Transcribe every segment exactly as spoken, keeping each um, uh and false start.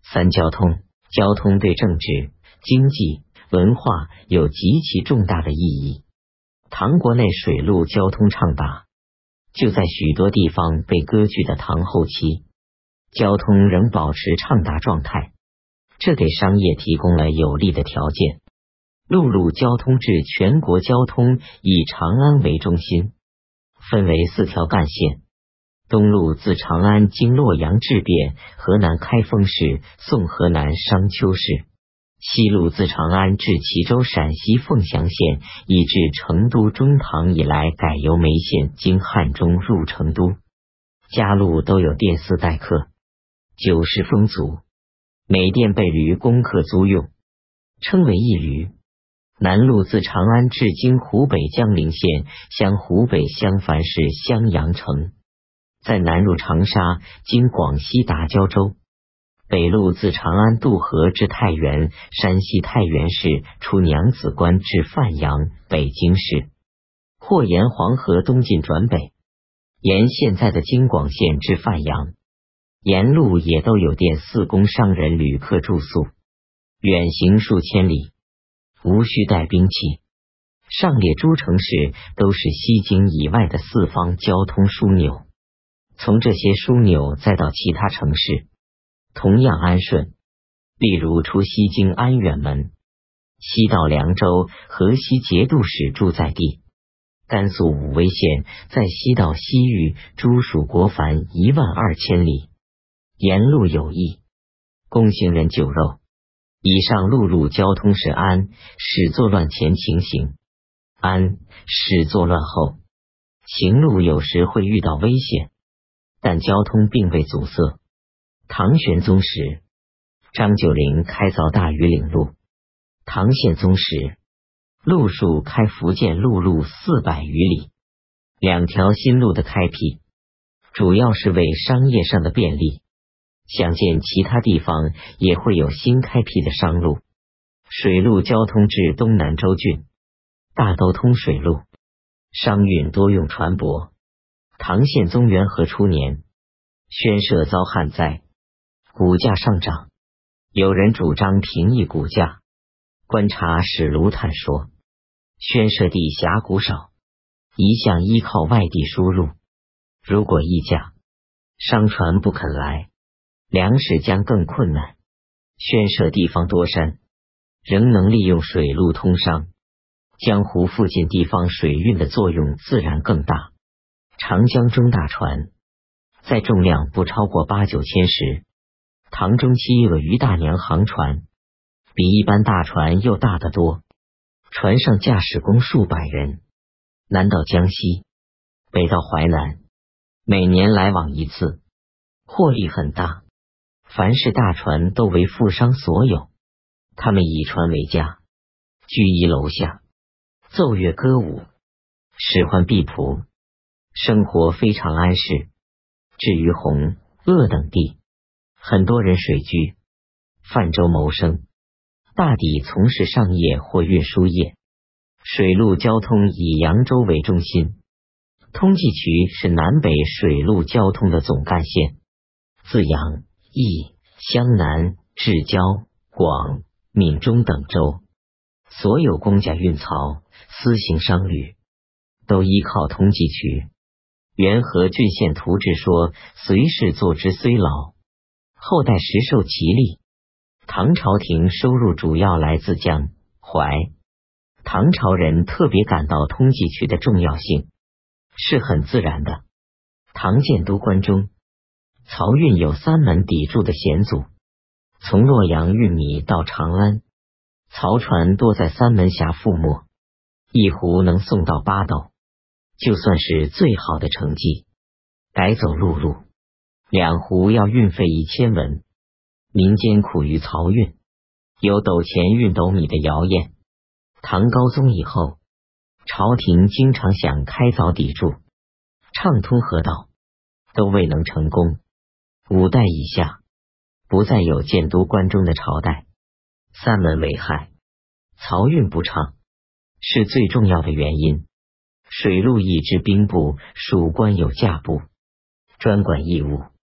三交通，交通对政治、经济、文化有极其重大的意义。唐国内水陆交通畅达，就在许多地方被割据的唐后期，交通仍保持畅达状态，这给商业提供了有利的条件。陆路交通至全国交通以长安为中心，分为四条干线。东路自长安经洛阳至汴河南开封市、宋河南商丘市，西路自长安至齐州陕西凤翔县，以至成都中唐以来改由眉县经汉中入成都。家路都有店肆待客，酒食丰足，每店被驴供客租用，称为一驴。南路自长安至经湖北江陵县乡湖北襄樊市襄阳城，再南入长沙，经广西达胶州。北路自长安渡河至太原，山西太原市出娘子关至范阳，北京市。或沿黄河东进转北，沿现在的京广线至范阳。沿路也都有店肆供商人旅客住宿，远行数千里，无需带兵器。上列诸城市都是西京以外的四方交通枢纽，从这些枢纽再到其他城市，同样安顺。例如出西京安远门，西到凉州河西节度使住在地，甘肃武威县在西到西域诸属国繁一万二千里，沿路有益，供行人酒肉。以上陆路交通是安始作乱前情形，安始作乱后，行路有时会遇到危险，但交通并未阻塞。唐玄宗时，张九龄开凿大庾岭路；唐宪宗时，路数开福建陆路四百余里。两条新路的开辟，主要是为商业上的便利。想见其他地方也会有新开辟的商路。水路交通至东南州郡，大都通水路，商运多用船舶。唐宪宗元和初年，宣社遭旱灾，谷价上涨，有人主张平抑谷价。观察史卢坦说，宣社地峡谷少，一向依靠外地输入，如果议价，商船不肯来，粮食将更困难。宣社地方多山，仍能利用水路通商，江湖附近地方水运的作用自然更大。长江中大船在重量不超过八九千时，唐中期鳄鱼大娘航船比一般大船又大得多，船上驾驶工数百人，南到江西，北到淮南，每年来往一次，获利很大。凡是大船都为富商所有，他们以船为家，居于楼下，奏乐歌舞，使唤婢仆，生活非常安适。至于洪、鄂等地，很多人水居，泛舟谋生，大抵从事商业或运输业。水路交通以扬州为中心，通济渠是南北水路交通的总干线，自扬、益、湘南、至交、广、闽中等州，所有公家运漕、私行商旅都依靠通济渠。元和郡县图志说，隋氏作之虽老，后代时受其利。唐朝廷收入主要来自江、淮。唐朝人特别感到通济渠的重要性，是很自然的。唐建都关中，漕运有三门砥柱的险阻，从洛阳运米到长安，漕船多在三门峡覆没，一湖能送到八斗，就算是最好的成绩。改走陆路，两湖要运费一千文，民间苦于漕运，有斗钱运斗米的谣言。唐高宗以后，朝廷经常想开凿砥柱，畅通河道，都未能成功。五代以下，不再有建都关中的朝代。三门为害，漕运不畅是最重要的原因。水陆役之兵部属官有驾部，专管义务，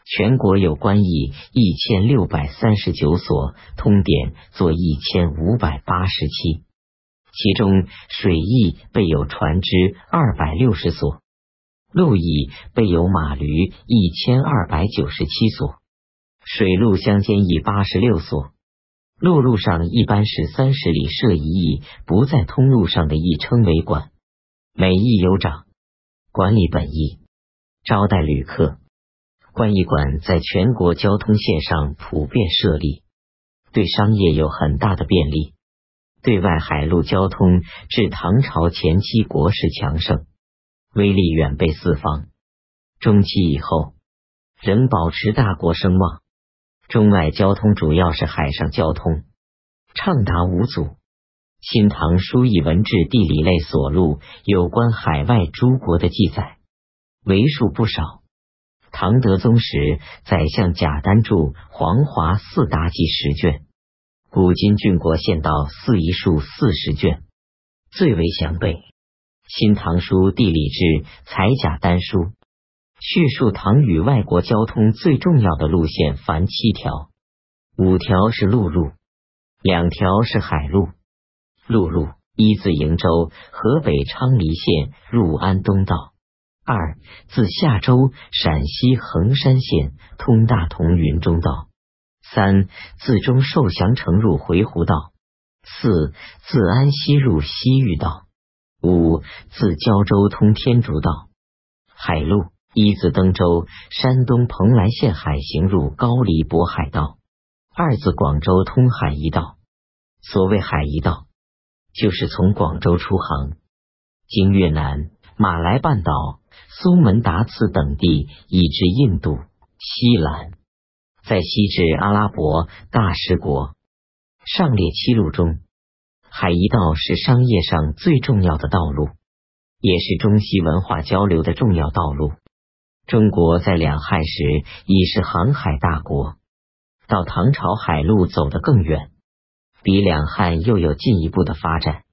全国有官驿一千六百三十九所，通典作一千五百八十七，其中水驿备有船只二百六十所，陆驿备有马驴一千二百九十七所，水陆相间驿八十六所。陆路上一般是三十里设一驿，不在通路上的驿称为馆。每驿有长，管理本驿，招待旅客。官驿馆在全国交通线上普遍设立，对商业有很大的便利。对外海陆交通至唐朝前期国势强盛，威力远被四方。中期以后，仍保持大国声望。中外交通主要是海上交通，畅达无阻。新唐书艺文志地理类所录有关海外诸国的记载为数不少。唐德宗时，宰相贾丹著《黄华四大记》十卷，古今郡国县道四遗数四十卷，最为详备。新唐书地理志采贾丹书，叙述唐与外国交通最重要的路线凡七条，五条是陆路，两条是海路。陆路一自营州河北昌黎县入安东道，二自夏州陕西衡山县通大同云中道，三自中寿祥城入回鹘道，四自安西入西域道，五自胶州通天竺道。海路一自登州山东蓬莱县海行入高黎渤海道，二自广州通海一道。所谓海一道，就是从广州出航，经越南、马来半岛、苏门答腊等地，以至印度、西兰，在西至阿拉伯大食国。上列七路中，海一道是商业上最重要的道路，也是中西文化交流的重要道路。中国在两汉时已是航海大国，到唐朝海路走得更远，比两汉又有进一步的发展。